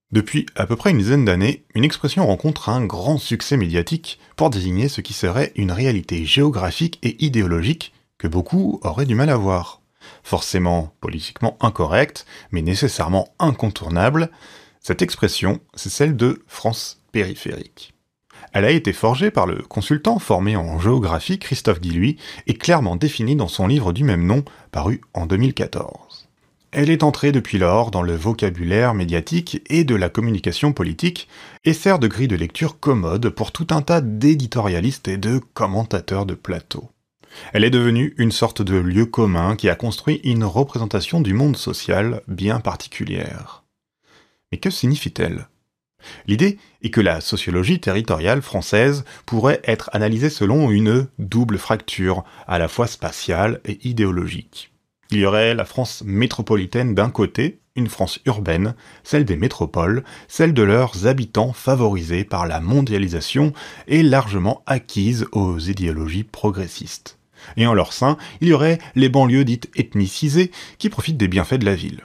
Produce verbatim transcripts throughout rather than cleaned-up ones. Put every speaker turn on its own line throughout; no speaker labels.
Depuis à peu près une dizaine d'années, une expression rencontre un grand succès médiatique pour désigner ce qui serait une réalité géographique et idéologique que beaucoup auraient du mal à voir. Forcément politiquement incorrecte, mais nécessairement incontournable, cette expression, c'est celle de France périphérique. Elle a été forgée par le consultant formé en géographie Christophe Guilluy et clairement définie dans son livre du même nom, paru en deux mille quatorze. Elle est entrée depuis lors dans le vocabulaire médiatique et de la communication politique et sert de grille de lecture commode pour tout un tas d'éditorialistes et de commentateurs de plateau. Elle est devenue une sorte de lieu commun qui a construit une représentation du monde social bien particulière. Mais que signifie-t-elle ? L'idée est que la sociologie territoriale française pourrait être analysée selon une double fracture, à la fois spatiale et idéologique. Il y aurait la France métropolitaine d'un côté, une France urbaine, celle des métropoles, celle de leurs habitants favorisés par la mondialisation et largement acquises aux idéologies progressistes. Et en leur sein, il y aurait les banlieues dites ethnicisées qui profitent des bienfaits de la ville.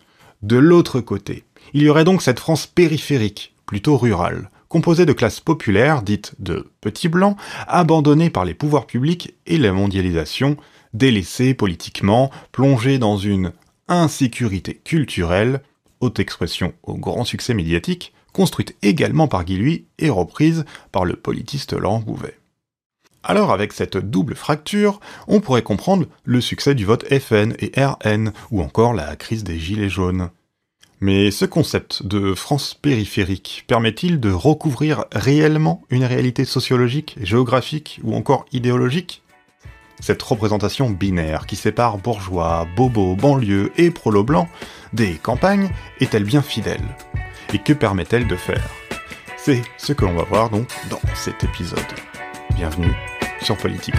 De l'autre côté, il y aurait donc cette France périphérique, plutôt rurale, composée de classes populaires dites de petits blancs, abandonnées par les pouvoirs publics et la mondialisation, délaissées politiquement, plongées dans une insécurité culturelle, haute expression au grand succès médiatique, construite également par Guilluy et reprise par le politiste Laurent Bouvet. Alors avec cette double fracture, on pourrait comprendre le succès du vote F N et R N, ou encore la crise des gilets jaunes. Mais ce concept de France périphérique permet-il de recouvrir réellement une réalité sociologique, géographique ou encore idéologique ? Cette représentation binaire qui sépare bourgeois, bobos, banlieues et prolos blancs des campagnes est-elle bien fidèle ? Et que permet-elle de faire ? C'est ce que l'on va voir donc dans cet épisode. Bienvenue sur Politicon.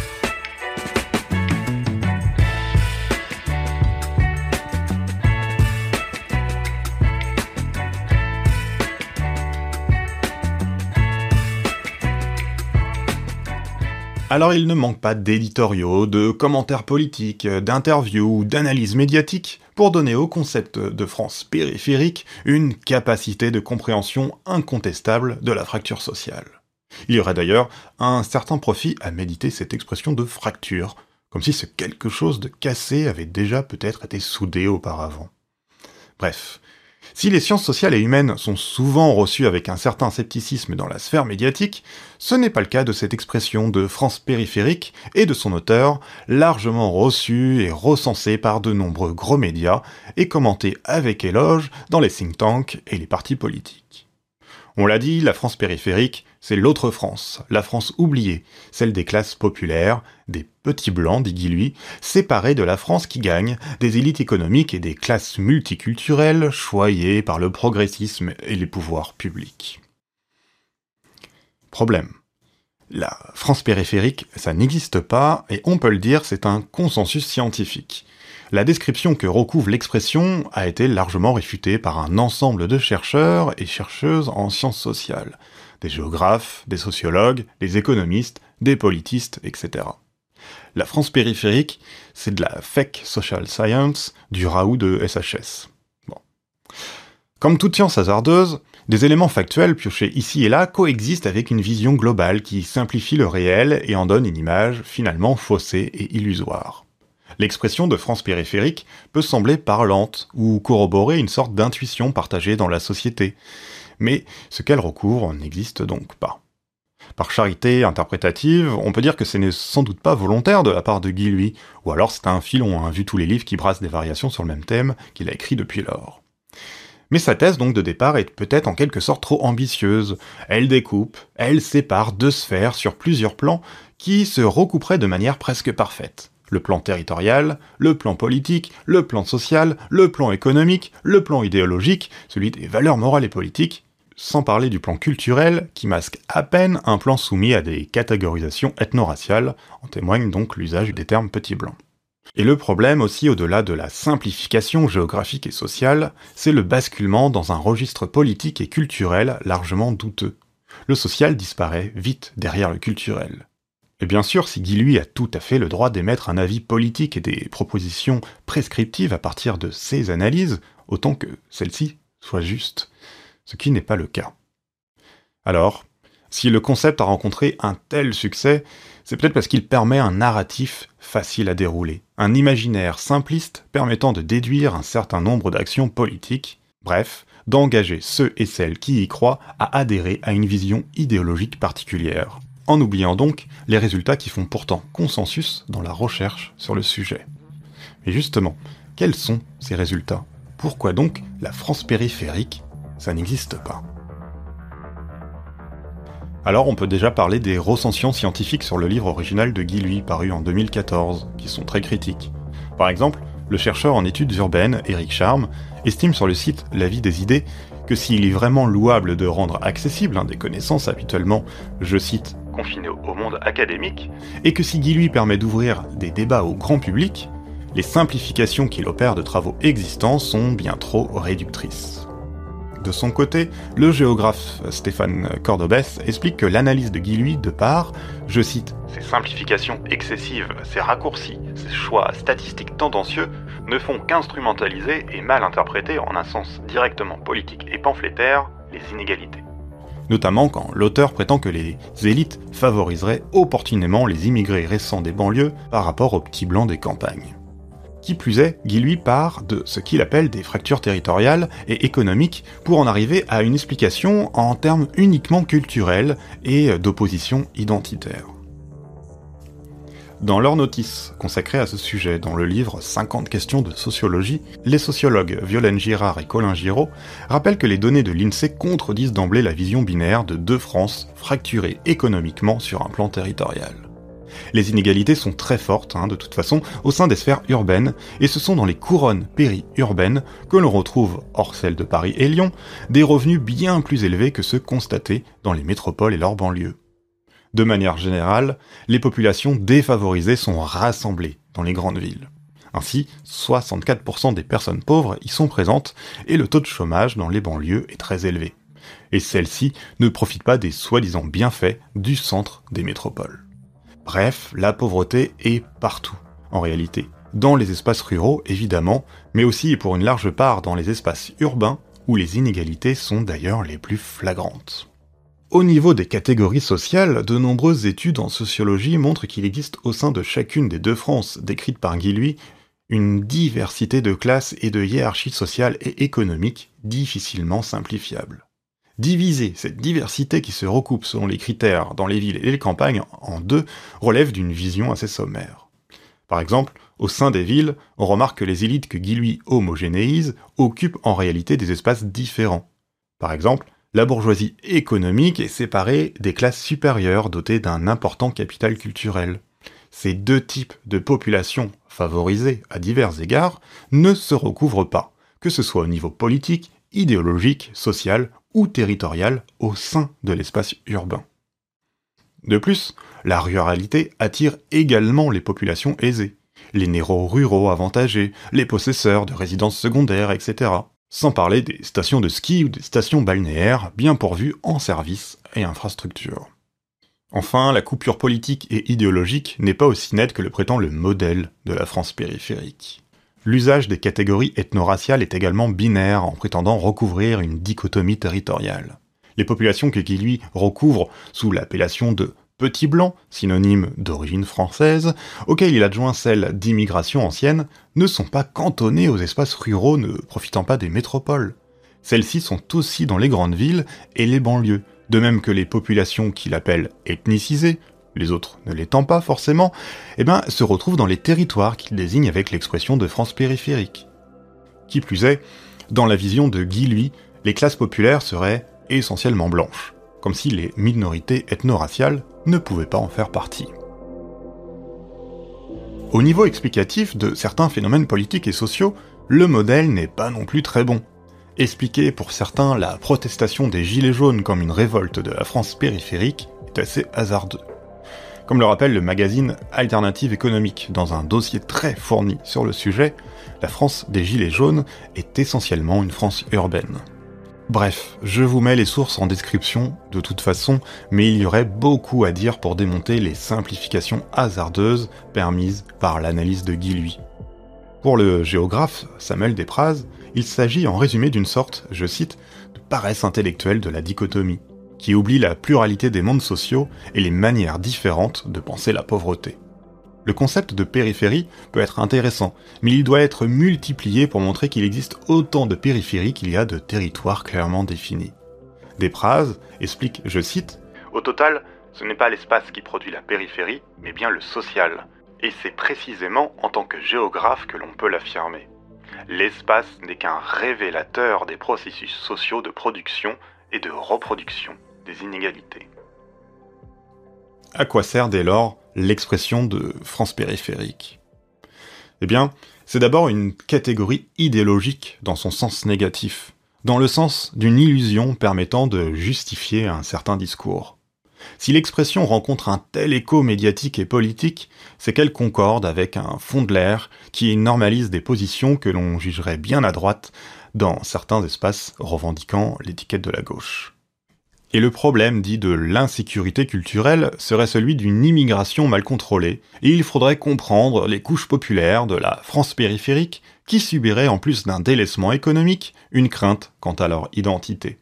Alors il ne manque pas d'éditoriaux, de commentaires politiques, d'interviews ou d'analyses médiatiques pour donner au concept de France périphérique une capacité de compréhension incontestable de la fracture sociale. Il y aurait d'ailleurs un certain profit à méditer cette expression de fracture, comme si ce quelque chose de cassé avait déjà peut-être été soudé auparavant. Bref. Si les sciences sociales et humaines sont souvent reçues avec un certain scepticisme dans la sphère médiatique, ce n'est pas le cas de cette expression de France périphérique et de son auteur, largement reçue et recensée par de nombreux gros médias et commentée avec éloge dans les think tanks et les partis politiques. On l'a dit, la France périphérique, c'est l'autre France, la France oubliée, celle des classes populaires, des petits blancs, dit Guilluy, séparés de la France qui gagne, des élites économiques et des classes multiculturelles choyées par le progressisme et les pouvoirs publics. Problème. La France périphérique, ça n'existe pas, et on peut le dire, c'est un consensus scientifique. La description que recouvre l'expression a été largement réfutée par un ensemble de chercheurs et chercheuses en sciences sociales, des géographes, des sociologues, des économistes, des politistes, et cetera. La France périphérique, c'est de la fake social science du Raoult de S H S. Bon. Comme toute science hasardeuse, des éléments factuels piochés ici et là coexistent avec une vision globale qui simplifie le réel et en donne une image finalement faussée et illusoire. L'expression de France périphérique peut sembler parlante ou corroborer une sorte d'intuition partagée dans la société, mais ce qu'elle recouvre n'existe donc pas. Par charité interprétative, on peut dire que ce n'est sans doute pas volontaire de la part de Guilluy, ou alors c'est un filon, hein, vu tous les livres qui brassent des variations sur le même thème qu'il a écrit depuis lors. Mais sa thèse donc de départ est peut-être en quelque sorte trop ambitieuse. Elle découpe, elle sépare deux sphères sur plusieurs plans qui se recouperaient de manière presque parfaite. Le plan territorial, le plan politique, le plan social, le plan économique, le plan idéologique, celui des valeurs morales et politiques, sans parler du plan culturel qui masque à peine un plan soumis à des catégorisations ethno-raciales, en témoigne donc l'usage des termes petits blancs. Et le problème aussi, au-delà de la simplification géographique et sociale, c'est le basculement dans un registre politique et culturel largement douteux. Le social disparaît vite derrière le culturel. Et bien sûr, si Guilluy a tout à fait le droit d'émettre un avis politique et des propositions prescriptives à partir de ses analyses, autant que celles-ci soit juste, ce qui n'est pas le cas. Alors, si le concept a rencontré un tel succès, c'est peut-être parce qu'il permet un narratif facile à dérouler, un imaginaire simpliste permettant de déduire un certain nombre d'actions politiques, bref, d'engager ceux et celles qui y croient à adhérer à une vision idéologique particulière, en oubliant donc les résultats qui font pourtant consensus dans la recherche sur le sujet. Mais justement, quels sont ces résultats ? Pourquoi donc la France périphérique, ça n'existe pas ? Alors on peut déjà parler des recensions scientifiques sur le livre original de Guy Luy, paru en deux mille quatorze, qui sont très critiques. Par exemple, le chercheur en études urbaines, Éric Charme, estime sur le site La Vie des idées que s'il est vraiment louable de rendre accessible hein, des connaissances habituellement, je cite, confinées au monde académique, et que si Guy Luy permet d'ouvrir des débats au grand public, les simplifications qu'il opère de travaux existants sont bien trop réductrices. De son côté, le géographe Stéphane Cordobès explique que l'analyse de Guy Luy de part, je cite, « Ces simplifications excessives, ces raccourcis, ces choix statistiques tendancieux ne font qu'instrumentaliser et mal interpréter en un sens directement politique et pamphlétaire les inégalités. » Notamment quand l'auteur prétend que les élites favoriseraient opportunément les immigrés récents des banlieues par rapport aux petits blancs des campagnes. Qui plus est, Guy Luy part de ce qu'il appelle des fractures territoriales et économiques pour en arriver à une explication en termes uniquement culturels et d'opposition identitaire. Dans leur notice consacrée à ce sujet dans le livre cinquante questions de sociologie, les sociologues Violaine Girard et Colin Giraud rappellent que les données de l'INSEE contredisent d'emblée la vision binaire de deux France fracturées économiquement sur un plan territorial. Les inégalités sont très fortes, hein, de toute façon, au sein des sphères urbaines, et ce sont dans les couronnes péri-urbaines que l'on retrouve, hors celles de Paris et Lyon, des revenus bien plus élevés que ceux constatés dans les métropoles et leurs banlieues. De manière générale, les populations défavorisées sont rassemblées dans les grandes villes. Ainsi, soixante-quatre pour cent des personnes pauvres y sont présentes, et le taux de chômage dans les banlieues est très élevé. Et celles-ci ne profitent pas des soi-disant bienfaits du centre des métropoles. Bref, la pauvreté est partout, en réalité. Dans les espaces ruraux, évidemment, mais aussi et pour une large part dans les espaces urbains, où les inégalités sont d'ailleurs les plus flagrantes. Au niveau des catégories sociales, de nombreuses études en sociologie montrent qu'il existe au sein de chacune des deux France décrites par Guy Luy, une diversité de classes et de hiérarchies sociales et économiques difficilement simplifiables. Diviser cette diversité qui se recoupe selon les critères dans les villes et les campagnes en deux relève d'une vision assez sommaire. Par exemple, au sein des villes, on remarque que les élites que Guy Luy homogénéise occupent en réalité des espaces différents. Par exemple, la bourgeoisie économique est séparée des classes supérieures dotées d'un important capital culturel. Ces deux types de populations favorisées à divers égards ne se recouvrent pas, que ce soit au niveau politique, idéologique, social ou territorial au sein de l'espace urbain. De plus, la ruralité attire également les populations aisées, les néo-ruraux avantagés, les possesseurs de résidences secondaires, et cetera. Sans parler des stations de ski ou des stations balnéaires bien pourvues en services et infrastructures. Enfin, la coupure politique et idéologique n'est pas aussi nette que le prétend le modèle de la France périphérique. L'usage des catégories ethno-raciales est également binaire en prétendant recouvrir une dichotomie territoriale. Les populations que Guy Luy recouvre sous l'appellation de petits blancs, synonyme d'origine française, auquel il adjoint celle d'immigration ancienne, ne sont pas cantonnées aux espaces ruraux ne profitant pas des métropoles. Celles-ci sont aussi dans les grandes villes et les banlieues, de même que les populations qu'il appelle ethnicisées, les autres ne l'étant pas forcément, eh ben, se retrouvent dans les territoires qu'il désigne avec l'expression de France périphérique. Qui plus est, dans la vision de Guy Luy, les classes populaires seraient essentiellement blanches, comme si les minorités ethno-raciales ne pouvaient pas en faire partie. Au niveau explicatif de certains phénomènes politiques et sociaux, le modèle n'est pas non plus très bon. Expliquer pour certains la protestation des Gilets jaunes comme une révolte de la France périphérique est assez hasardeux. Comme le rappelle le magazine Alternative économique dans un dossier très fourni sur le sujet, la France des Gilets jaunes est essentiellement une France urbaine. Bref, je vous mets les sources en description de toute façon, mais il y aurait beaucoup à dire pour démonter les simplifications hasardeuses permises par l'analyse de Guy Luy. Pour le géographe Samuel Despraz, Il s'agit en résumé d'une sorte, je cite, de paresse intellectuelle de la dichotomie, qui oublie la pluralité des mondes sociaux et les manières différentes de penser la pauvreté. Le concept de périphérie peut être intéressant, mais il doit être multiplié pour montrer qu'il existe autant de périphéries qu'il y a de territoires clairement définis. Desprez explique, je cite, « Au total, ce n'est pas l'espace qui produit la périphérie, mais bien le social. Et c'est précisément en tant que géographe que l'on peut l'affirmer. L'espace n'est qu'un révélateur des processus sociaux de production et de reproduction des inégalités. » À quoi sert dès lors l'expression de France périphérique ? Eh bien, c'est d'abord une catégorie idéologique dans son sens négatif, dans le sens d'une illusion permettant de justifier un certain discours. Si l'expression rencontre un tel écho médiatique et politique, c'est qu'elle concorde avec un fond de l'air qui normalise des positions que l'on jugerait bien à droite dans certains espaces revendiquant l'étiquette de la gauche. Et le problème dit de l'insécurité culturelle serait celui d'une immigration mal contrôlée, et il faudrait comprendre les couches populaires de la France périphérique qui subiraient en plus d'un délaissement économique une crainte quant à leur identité.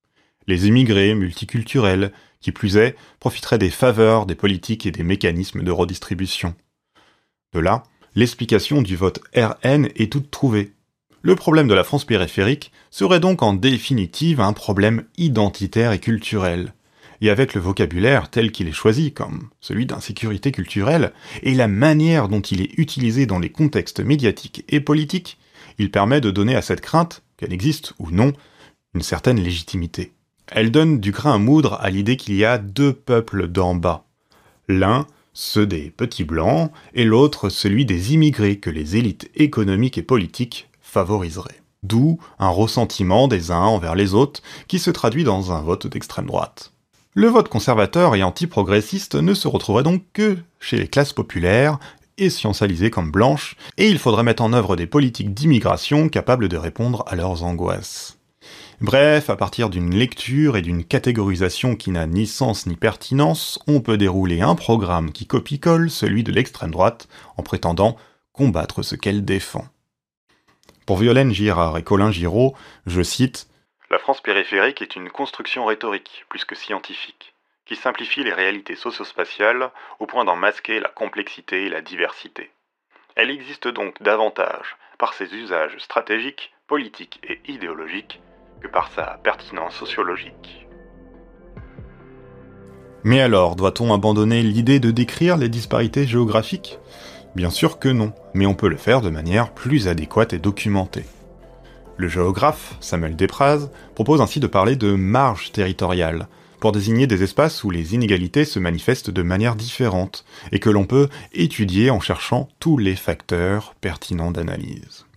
Les immigrés multiculturels, qui plus est, profiteraient des faveurs des politiques et des mécanismes de redistribution. De là, l'explication du vote R N est toute trouvée. Le problème de la France périphérique serait donc en définitive un problème identitaire et culturel. Et avec le vocabulaire tel qu'il est choisi, comme celui d'insécurité culturelle, et la manière dont il est utilisé dans les contextes médiatiques et politiques, il permet de donner à cette crainte, qu'elle existe ou non, une certaine légitimité. Elle donne du grain à moudre à l'idée qu'il y a deux peuples d'en bas. L'un, ceux des petits blancs, et l'autre, celui des immigrés que les élites économiques et politiques favoriserait. D'où un ressentiment des uns envers les autres qui se traduit dans un vote d'extrême droite. Le vote conservateur et anti-progressiste ne se retrouverait donc que chez les classes populaires, essentialisées comme blanches, et il faudrait mettre en œuvre des politiques d'immigration capables de répondre à leurs angoisses. Bref, à partir d'une lecture et d'une catégorisation qui n'a ni sens ni pertinence, on peut dérouler un programme qui copie-colle celui de l'extrême droite en prétendant combattre ce qu'elle défend. Pour Violaine Girard et Colin Giraud, je cite « La France périphérique est une construction rhétorique, plus que scientifique, qui simplifie les réalités socio-spatiales au point d'en masquer la complexité et la diversité. Elle existe donc davantage par ses usages stratégiques, politiques et idéologiques que par sa pertinence sociologique. » Mais alors, doit-on abandonner l'idée de décrire les disparités géographiques ? Bien sûr que non, mais on peut le faire de manière plus adéquate et documentée. Le géographe, Samuel Desprez, propose ainsi de parler de marge territoriale, pour désigner des espaces où les inégalités se manifestent de manière différente, et que l'on peut étudier en cherchant tous les facteurs pertinents d'analyse.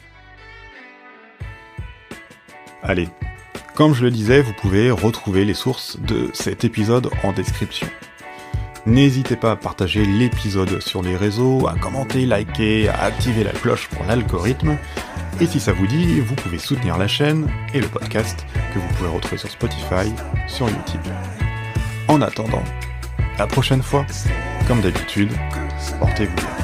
Allez, comme je le disais, vous pouvez retrouver les sources de cet épisode en description. N'hésitez pas à partager l'épisode sur les réseaux, à commenter, liker, à activer la cloche pour l'algorithme. Et si ça vous dit, vous pouvez soutenir la chaîne et le podcast que vous pouvez retrouver sur Spotify, sur YouTube. En attendant, la prochaine fois, comme d'habitude, portez-vous bien.